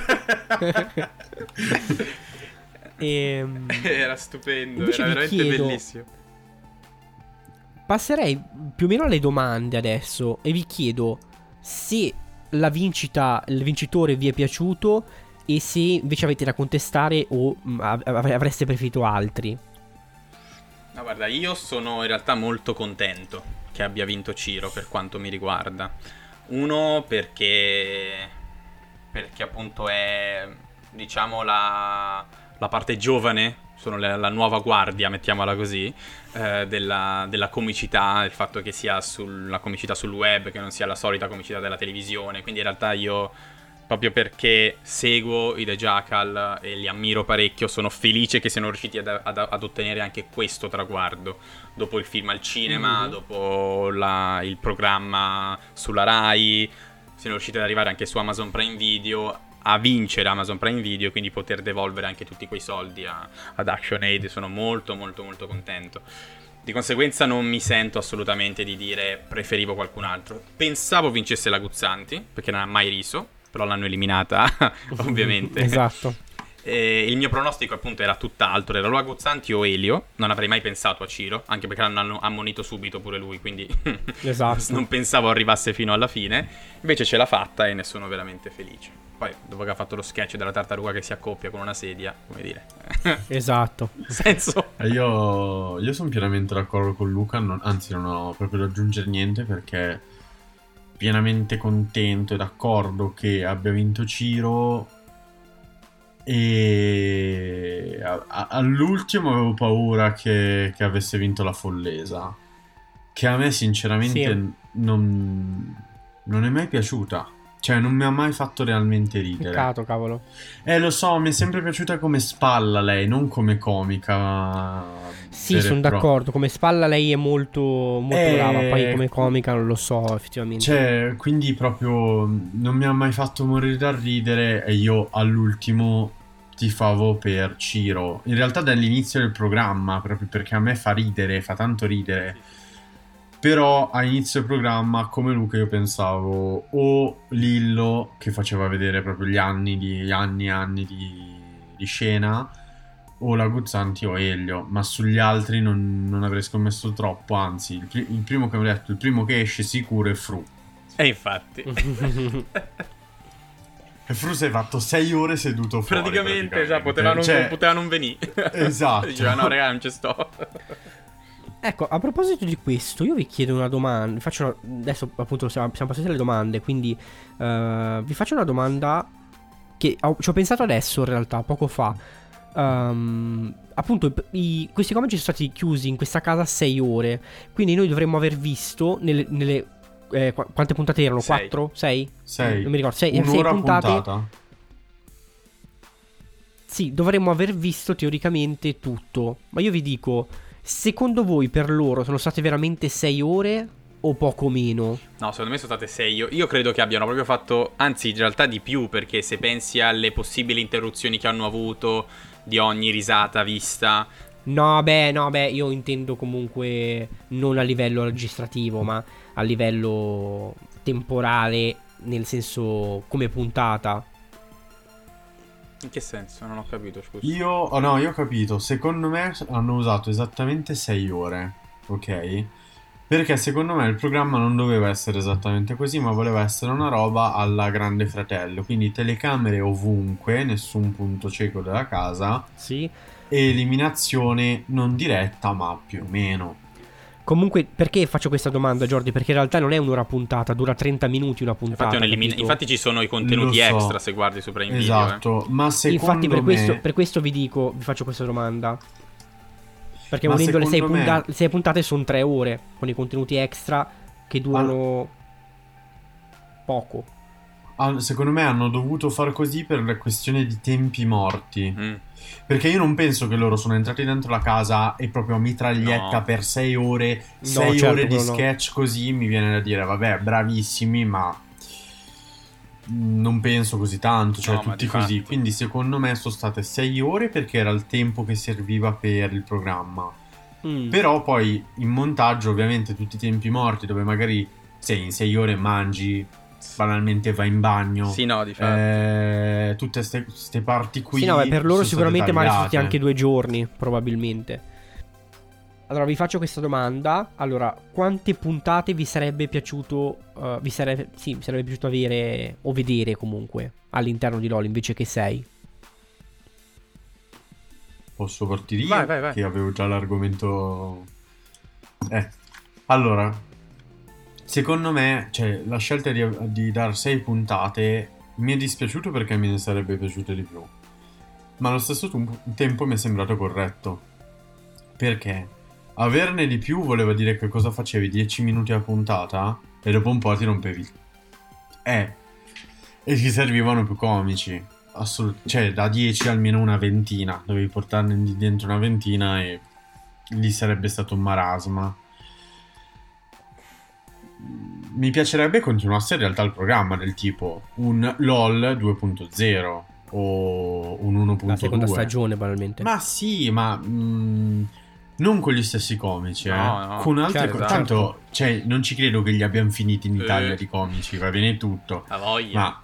Era stupendo, invece era veramente bellissimo. Passerei più o meno alle domande adesso e vi chiedo se il vincitore vi è piaciuto e se invece avete da contestare o avreste preferito altri. No, guarda, io sono in realtà molto contento che abbia vinto Ciro per quanto mi riguarda. Uno perché appunto è, diciamo, la parte giovane, sono la nuova guardia, mettiamola così, della comicità, il fatto che sia la comicità sul web, che non sia la solita comicità della televisione. Quindi in realtà io, proprio perché seguo i The Jackal e li ammiro parecchio, sono felice che siano riusciti ad ottenere anche questo traguardo. Dopo il film al cinema, dopo il programma sulla Rai, siano riusciti ad arrivare anche su Amazon Prime Video, a vincere Amazon Prime Video, quindi poter devolvere anche tutti quei soldi ad ActionAid. Sono molto molto molto contento. Di conseguenza non mi sento assolutamente di dire preferivo qualcun altro. Pensavo vincesse la Guzzanti, perché non ha mai riso, però l'hanno eliminata ovviamente. Esatto. Il mio pronostico appunto era tutt'altro, era o Guzzanti o Elio. Non avrei mai pensato a Ciro, anche perché l'hanno ammonito subito pure lui, quindi esatto. Non pensavo arrivasse fino alla fine. Invece ce l'ha fatta e ne sono veramente felice. Poi dopo che ha fatto lo sketch della tartaruga che si accoppia con una sedia, come dire, esatto. senso. Io sono pienamente d'accordo con Luca, anzi non ho proprio da aggiungere niente, perché pienamente contento e d'accordo che abbia vinto Ciro. E all'ultimo avevo paura che avesse vinto la Follesa, che a me sinceramente non è mai piaciuta. Cioè non mi ha mai fatto realmente ridere. Peccato, cavolo. Lo so, mi è sempre piaciuta come spalla lei, non come comica. Sì, sono d'accordo. Come spalla lei è molto, molto brava. Poi come comica non lo so, effettivamente. Cioè, quindi proprio non mi ha mai fatto morire dal ridere. E io all'ultimo tifavo per Ciro. In realtà dall'inizio del programma, proprio perché a me fa ridere, fa tanto ridere. Però a inizio programma, come Luca, io pensavo o Lillo, che faceva vedere proprio gli anni di scena, o la Guzzanti o Elio. Ma sugli altri non avrei scommesso troppo. Anzi, il primo che mi ha detto, il primo che esce sicuro è Fru. E infatti E Fru si è fatto 6 ore seduto fuori. Praticamente, esatto, poteva non venire. Esatto. Diceva no raga, non ci sto. Ecco, a proposito di questo, io vi chiedo una domanda. Adesso appunto siamo passati alle domande, quindi vi faccio una domanda che ci ho pensato adesso, in realtà, poco fa. Appunto, questi comici sono stati chiusi in questa casa 6 ore. Quindi noi dovremmo aver visto nelle quante puntate erano? 4? 6? 6. Non mi ricordo. 6 puntate. Puntata. Sì, dovremmo aver visto teoricamente tutto. Ma io vi dico, secondo voi per loro sono state veramente 6 ore o poco meno? No, secondo me sono state 6. Io credo che abbiano proprio fatto, anzi in realtà di più, perché se pensi alle possibili interruzioni che hanno avuto di ogni risata vista. No, beh, io intendo comunque non a livello registrativo, ma a livello temporale, nel senso come puntata. In che senso? Non ho capito, scusa. Io ho capito. Secondo me hanno usato esattamente 6 ore, ok? Perché secondo me il programma non doveva essere esattamente così, ma voleva essere una roba alla Grande Fratello. Quindi telecamere ovunque, nessun punto cieco della casa. Sì. E eliminazione non diretta, ma più o meno. Comunque, perché faccio questa domanda, Jordi? Perché in realtà non è un'ora puntata, dura 30 minuti una puntata. Infatti ci sono i contenuti extra se guardi su Prime Video. Esatto, ma secondo infatti me... per questo vi faccio questa domanda. Perché volendo le 6 puntate sono 3 ore, con i contenuti extra che durano poco. Secondo me hanno dovuto far così per la questione di tempi morti. Perché io non penso che loro sono entrati dentro la casa e proprio mitraglietta per 6 ore, 6 ore di sketch così, mi viene da dire, vabbè, bravissimi, ma non penso così tanto, cioè tutti così. Quindi secondo me sono state 6 ore perché era il tempo che serviva per il programma. Però poi in montaggio ovviamente tutti i tempi morti dove magari in 6 ore mangi, banalmente vai in bagno, sì, no, di fatto. tutte queste parti qui, sì, no, per loro sicuramente magari sono stati anche 2 giorni probabilmente. Allora vi faccio questa domanda. Allora, quante puntate vi sarebbe piaciuto vi sarebbe piaciuto avere o vedere comunque all'interno di LOL invece che 6? Posso partire io? Vai. Che avevo già l'argomento. Allora, secondo me, cioè, la scelta di dar 6 puntate mi è dispiaciuto perché me ne sarebbe piaciute di più. Ma allo stesso tempo mi è sembrato corretto. Perché averne di più voleva dire che cosa facevi 10 minuti a puntata e dopo un po' ti rompevi. E ti servivano più comici. Cioè, da 10 almeno una ventina. Dovevi portarne dentro una ventina e lì sarebbe stato un marasma. Mi piacerebbe continuasse in realtà il programma del tipo un LOL 2.0 o un 1.2. La seconda stagione banalmente. Ma sì, ma non con gli stessi comici, no, con altre certo, cose. Tanto, cioè, non ci credo che li abbiano finiti in Italia di comici, va bene tutto. La voglia. Ma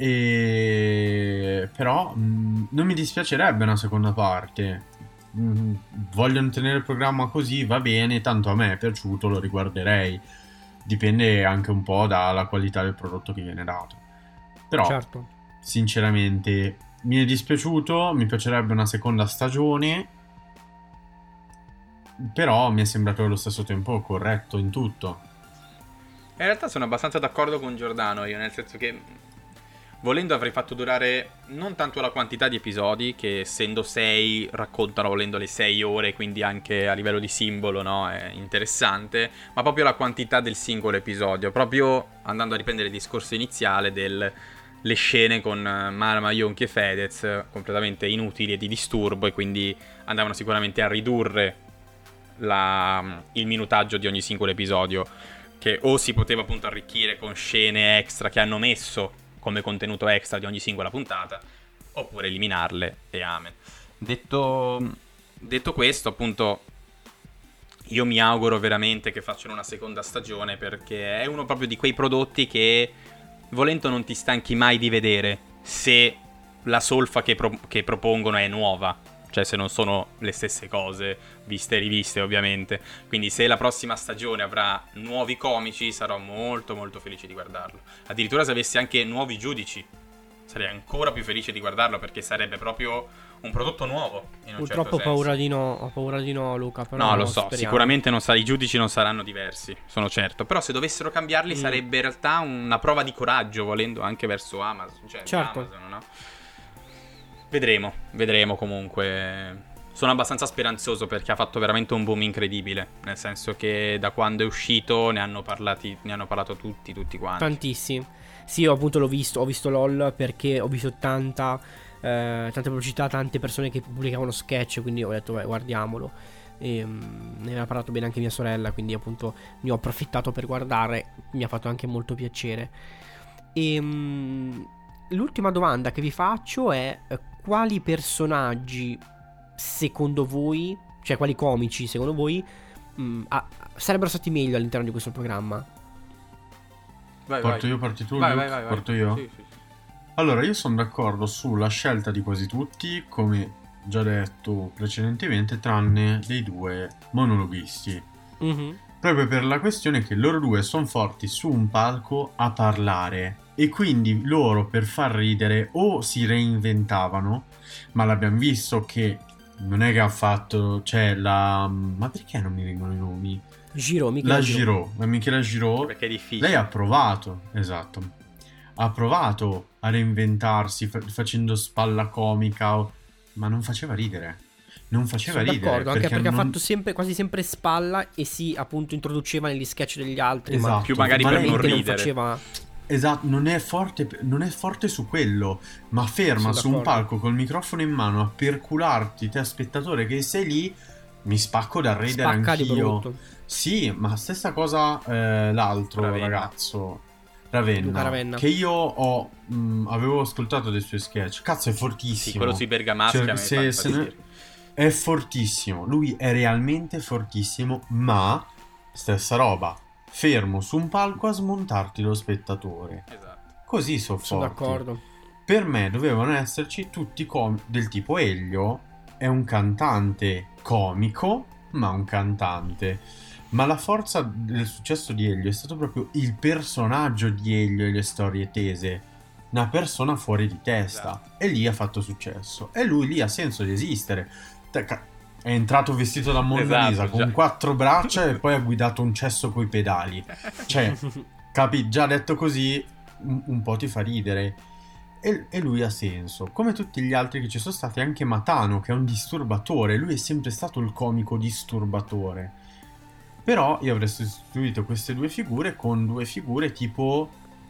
però non mi dispiacerebbe una seconda parte. Vogliono tenere il programma così, va bene, tanto a me è piaciuto, lo riguarderei. Dipende anche un po' dalla qualità del prodotto che viene dato. Però, sinceramente, mi è dispiaciuto, mi piacerebbe una seconda stagione. Però mi è sembrato allo stesso tempo corretto in tutto. In realtà sono abbastanza d'accordo con Giordano io, nel senso che volendo avrei fatto durare non tanto la quantità di episodi, che essendo 6 raccontano volendo le 6 ore, quindi anche a livello di simbolo, no, è interessante, ma proprio la quantità del singolo episodio, proprio andando a riprendere il discorso iniziale le scene con Marma, Yonki e Fedez completamente inutili e di disturbo, e quindi andavano sicuramente a ridurre il minutaggio di ogni singolo episodio, che o si poteva appunto arricchire con scene extra che hanno messo come contenuto extra di ogni singola puntata, oppure eliminarle e amen. Detto questo, appunto, io mi auguro veramente che facciano una seconda stagione, perché è uno proprio di quei prodotti che volendo non ti stanchi mai di vedere se la solfa che propongono è nuova. Cioè se non sono le stesse cose, viste e riviste ovviamente. Quindi se la prossima stagione avrà nuovi comici, sarò molto molto felice di guardarlo. Addirittura se avessi anche nuovi giudici, sarei ancora più felice di guardarlo, perché sarebbe proprio un prodotto nuovo in un Purtroppo certo ho paura di no, Luca, però no, lo so, speriamo. Sicuramente i giudici non saranno diversi, sono certo. Però se dovessero cambiarli sarebbe in realtà una prova di coraggio, volendo, anche verso Amazon, cioè certo. Amazon, no? Vedremo comunque. Sono abbastanza speranzoso perché ha fatto veramente un boom incredibile. Nel senso che da quando è uscito ne hanno parlato tutti quanti. Tantissimi. Sì, io appunto ho visto LOL perché ho visto tanta pubblicità, tante persone che pubblicavano sketch, quindi ho detto guardiamolo. E ne aveva parlato bene anche mia sorella, quindi appunto ne ho approfittato per guardare. Mi ha fatto anche molto piacere. L'ultima domanda che vi faccio è quali personaggi secondo voi, cioè quali comici secondo voi sarebbero stati meglio all'interno di questo programma? Parti tu? Vai. Parto io? Sì. Allora, io sono d'accordo sulla scelta di quasi tutti, come già detto precedentemente, tranne dei 2 monologhisti. Proprio per la questione che loro 2 sono forti su un palco a parlare, e quindi loro per far ridere o si reinventavano, ma l'abbiamo visto che non è che ha fatto, cioè ma perché non mi vengono i nomi? Michela Giraud, perché è difficile. lei ha provato a reinventarsi facendo spalla comica, ma non faceva ridere. non faceva Sono ridere. d'accordo, anche perché non... ha fatto quasi sempre spalla e si appunto introduceva negli sketch degli altri, esatto. ma più magari per non ridere. non faceva... Esatto, non è forte su quello, ma ferma su un palco col microfono in mano a percularti te spettatore che sei lì, mi spacco da ridere anch'io. Sì, ma stessa cosa l'altro ragazzo Ravenna, che io avevo ascoltato dei suoi sketch. Cazzo, è fortissimo. Sì, quello sui bergamaschi è fortissimo, lui è realmente fortissimo, ma stessa roba, fermo su un palco a smontarti lo spettatore. Esatto. Così sono d'accordo. Per me dovevano esserci tutti del tipo Elio è un cantante comico, ma un cantante. Ma la forza del successo di Elio è stato proprio il personaggio di Elio e le storie tese. Una persona fuori di testa. Esatto. E lì ha fatto successo. E lui lì ha senso di esistere. È entrato vestito da Mona Lisa con 4 braccia e poi ha guidato un cesso coi pedali. Cioè, capi? Già detto così, un po' ti fa ridere. E lui ha senso. Come tutti gli altri che ci sono stati, anche Matano, che è un disturbatore. Lui è sempre stato il comico disturbatore. Però io avrei sostituito queste due figure con due figure tipo...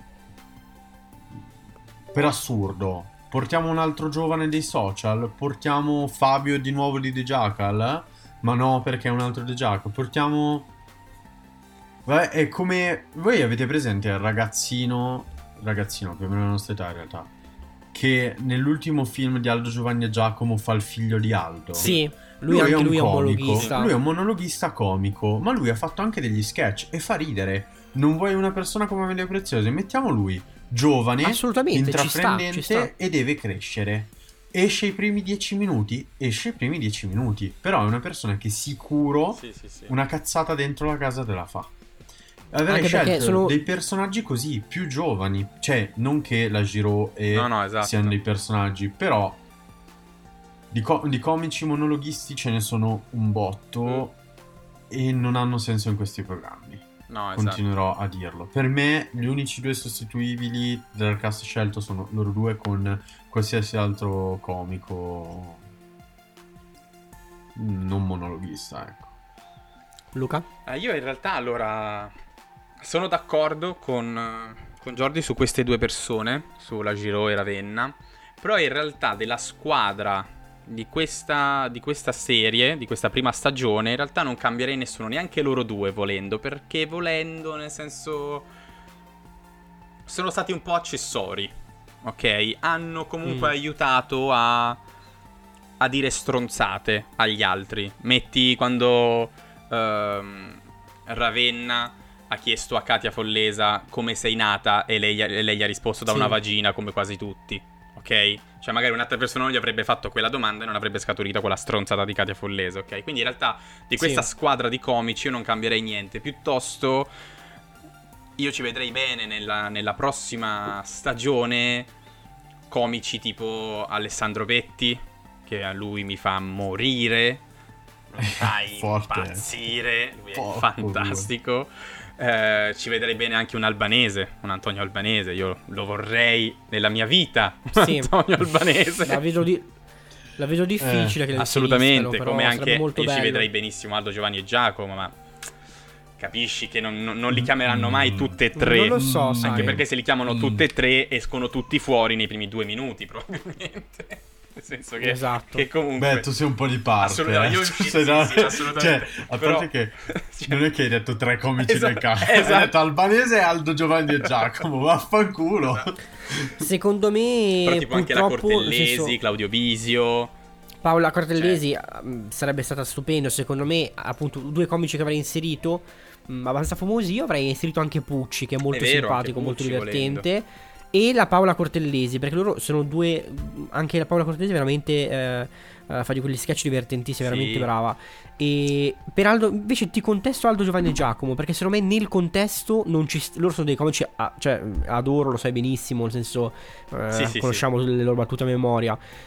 Per assurdo, portiamo un altro giovane dei social, portiamo Fabio di nuovo di The Jackal, ma no, perché è un altro The Jackal, portiamo... Vabbè, è come... Voi avete presente il ragazzino più o meno della nostra età in realtà, che nell'ultimo film di Aldo, Giovanni e Giacomo fa il figlio di Aldo? Sì, lui è un monologhista. Lui è un monologhista comico, ma lui ha fatto anche degli sketch e fa ridere. Non vuoi una persona come Amelia Preziosi? Mettiamo lui, giovane, intraprendente, ci sta. E deve crescere. Esce i primi 10 minuti, però è una persona che sicuro una cazzata dentro la casa te la fa. Avrei scelto dei personaggi così, più giovani. Cioè, non che la Giraud e esatto. siano dei personaggi, però di comici monologhisti ce ne sono un botto e non hanno senso in questi programmi. Continuerò a dirlo. Per me gli unici due sostituibili del cast scelto sono loro due con qualsiasi altro comico non monologhista, ecco. Luca? Io in realtà allora sono d'accordo con Jordi su queste due persone, sulla Giraud e Ravenna, però in realtà della squadra di questa serie, di questa prima stagione, in realtà non cambierei nessuno, neanche loro due volendo, perché volendo, nel senso, sono stati un po' accessori, ok? Hanno comunque aiutato a dire stronzate agli altri. Metti quando Ravenna ha chiesto a Katia Follesa come sei nata e lei gli ha risposto da una vagina, come quasi tutti, ok? Cioè magari un'altra persona non gli avrebbe fatto quella domanda e non avrebbe scaturito quella stronzata di Katia Follesa, ok? Quindi in realtà di questa squadra di comici io non cambierei niente. Piuttosto io ci vedrei bene nella prossima stagione comici tipo Alessandro Petti, che a lui mi fa morire, mi fa impazzire, lui è fantastico. Ci vedrei bene anche un Antonio Albanese. Io lo vorrei nella mia vita, Antonio Albanese. La vedo difficile che assolutamente, però come anche io bello. Ci vedrei benissimo Aldo, Giovanni e Giacomo, ma capisci che non li chiameranno mai tutte e tre. Non lo so, sai. Anche perché se li chiamano tutte e tre escono tutti fuori nei primi 2 minuti probabilmente. Nel senso che, che comunque... Beh, tu sei un po' di parte. Io sì, assolutamente. Cioè, a parte che non è che hai detto 3 comici del caso. Hai detto Albanese, Aldo, Giovanni e Giacomo. Vaffanculo. Secondo me però tipo anche la Cortellesi, Claudio Bisio, Paola Cortellesi sarebbe stata stupendo. Secondo me, appunto, 2 comici che avrei inserito abbastanza famosi. Io avrei inserito anche Pucci, che è molto simpatico, molto divertente, volendo. E la Paola Cortellesi, perché loro sono due. Anche la Paola Cortellesi veramente fa di quegli sketch divertentissimi, veramente brava. E per Aldo invece ti contesto Aldo, Giovanni e Giacomo, perché secondo me nel contesto non ci loro sono dei comici, cioè adoro, lo sai benissimo, nel senso conosciamo le loro battute a memoria.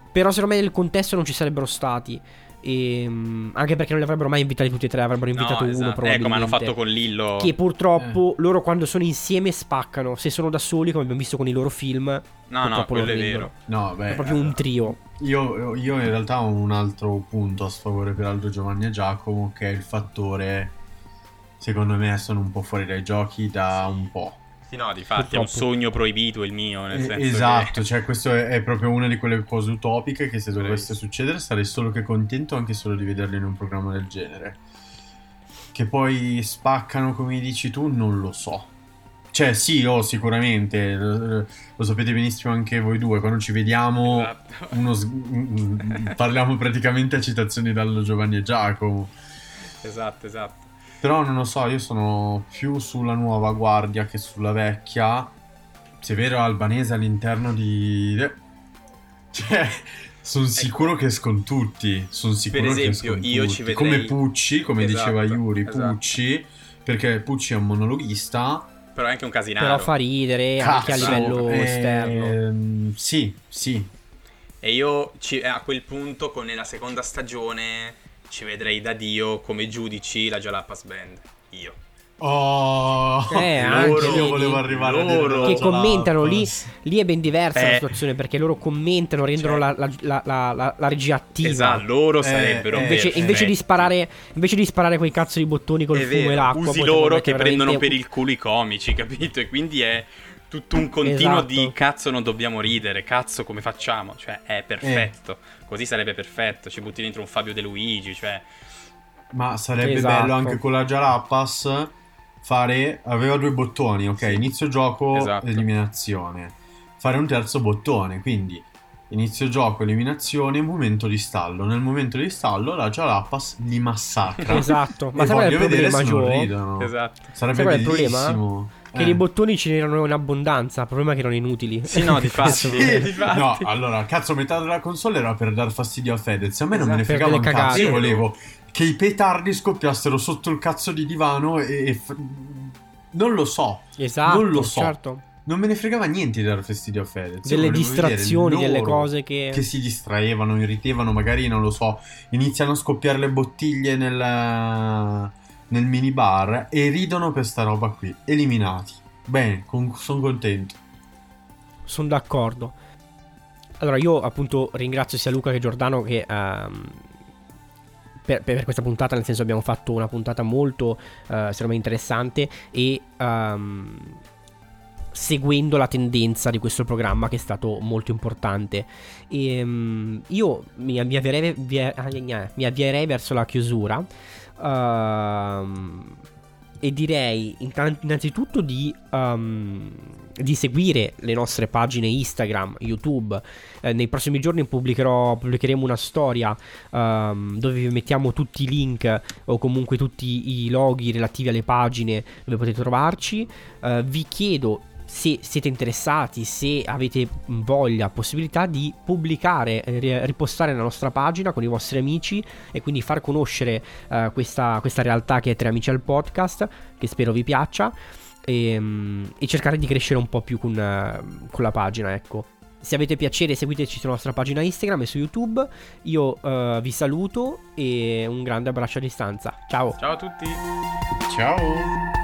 Però secondo me nel contesto non ci sarebbero stati. Anche perché non li avrebbero mai invitati tutti e tre, avrebbero invitato uno probabilmente. Come hanno fatto con Lillo. Che purtroppo loro quando sono insieme spaccano. Se sono da soli, come abbiamo visto con i loro film, no, quello è vero. No, beh, è proprio un trio. Io in realtà ho un altro punto a sfavore per Aldo, Giovanni e Giacomo, che è il fattore, secondo me sono un po' fuori dai giochi da un po'. Sì, no, difatti è un sogno proibito il mio, nel senso esatto, cioè questo è proprio una di quelle cose utopiche che se dovesse succedere sarei solo che contento anche solo di vederli in un programma del genere. Che poi spaccano come dici tu, non lo so. Cioè sì, sicuramente, lo sapete benissimo anche voi due, quando ci vediamo parliamo praticamente a citazioni dallo Giovanni e Giacomo. Esatto. Però non lo so, io sono più sulla nuova guardia che sulla vecchia. Se vero Albanese all'interno di... Cioè, sono sicuro che escono tutti. Sono sicuro per esempio, che io tutti. ci vedrei... Come Pucci, come diceva Yuri, esatto. Pucci, perché Pucci è un monologhista. Però è anche un casinaro. Però fa ridere anche a livello esterno. Sì. E io a quel punto, nella seconda stagione... ci vedrei da Dio come giudici la Jalapas Band. Io. Anche io volevo arrivare loro che commentano lì è ben diversa la situazione, perché loro commentano, rendono la regia attiva. Esatto, loro sarebbero invece di sparare quei cazzo di bottoni col fumo e l'acqua, usi loro che prendono per il culo i comici, capito? E quindi è tutto un continuo di cazzo non dobbiamo ridere, cazzo come facciamo? Cioè è perfetto, così sarebbe perfetto, ci butti dentro un Fabio De Luigi, cioè. Ma sarebbe bello anche con la Jalapas aveva 2 bottoni, ok, inizio gioco, eliminazione, fare un terzo bottone, quindi inizio gioco, eliminazione, momento di stallo. Nel momento di stallo la Jalapas li massacra. Esatto, ma sai qual è il problema, Gio? Esatto. Sarebbe bellissimo. Che i bottoni ce n'erano in abbondanza. Il problema è che erano inutili. Sì, no, di fatto. No, allora, cazzo, metà della console era per dar fastidio a Fedez. A me non me ne fregava un cazzo. Io volevo che i petardi scoppiassero sotto il cazzo di divano non lo so. Esatto, non lo so. Certo. Non me ne fregava niente di dar fastidio a Fedez. Delle distrazioni, delle cose che si distraevano, irritevano, magari, non lo so, iniziano a scoppiare le bottiglie nel minibar e ridono per sta roba qui. Eliminati. Bene, sono contento. Sono d'accordo. Allora io appunto ringrazio sia Luca che Giordano che per questa puntata, nel senso abbiamo fatto una puntata molto secondo me interessante e seguendo la tendenza di questo programma, che è stato molto importante. E io mi avvierei verso la chiusura. E direi innanzitutto di seguire le nostre pagine Instagram, YouTube. Nei prossimi giorni pubblicheremo una storia dove vi mettiamo tutti i link o comunque tutti i loghi relativi alle pagine dove potete trovarci. Vi chiedo, se siete interessati, se avete voglia, possibilità di pubblicare, ripostare la nostra pagina con i vostri amici e quindi far conoscere questa realtà che è Tre Amici al Podcast, che spero vi piaccia, e cercare di crescere un po' più con la pagina, ecco. Se avete piacere, seguiteci sulla nostra pagina Instagram e su YouTube. Io vi saluto e un grande abbraccio a distanza. Ciao. Ciao a tutti. Ciao.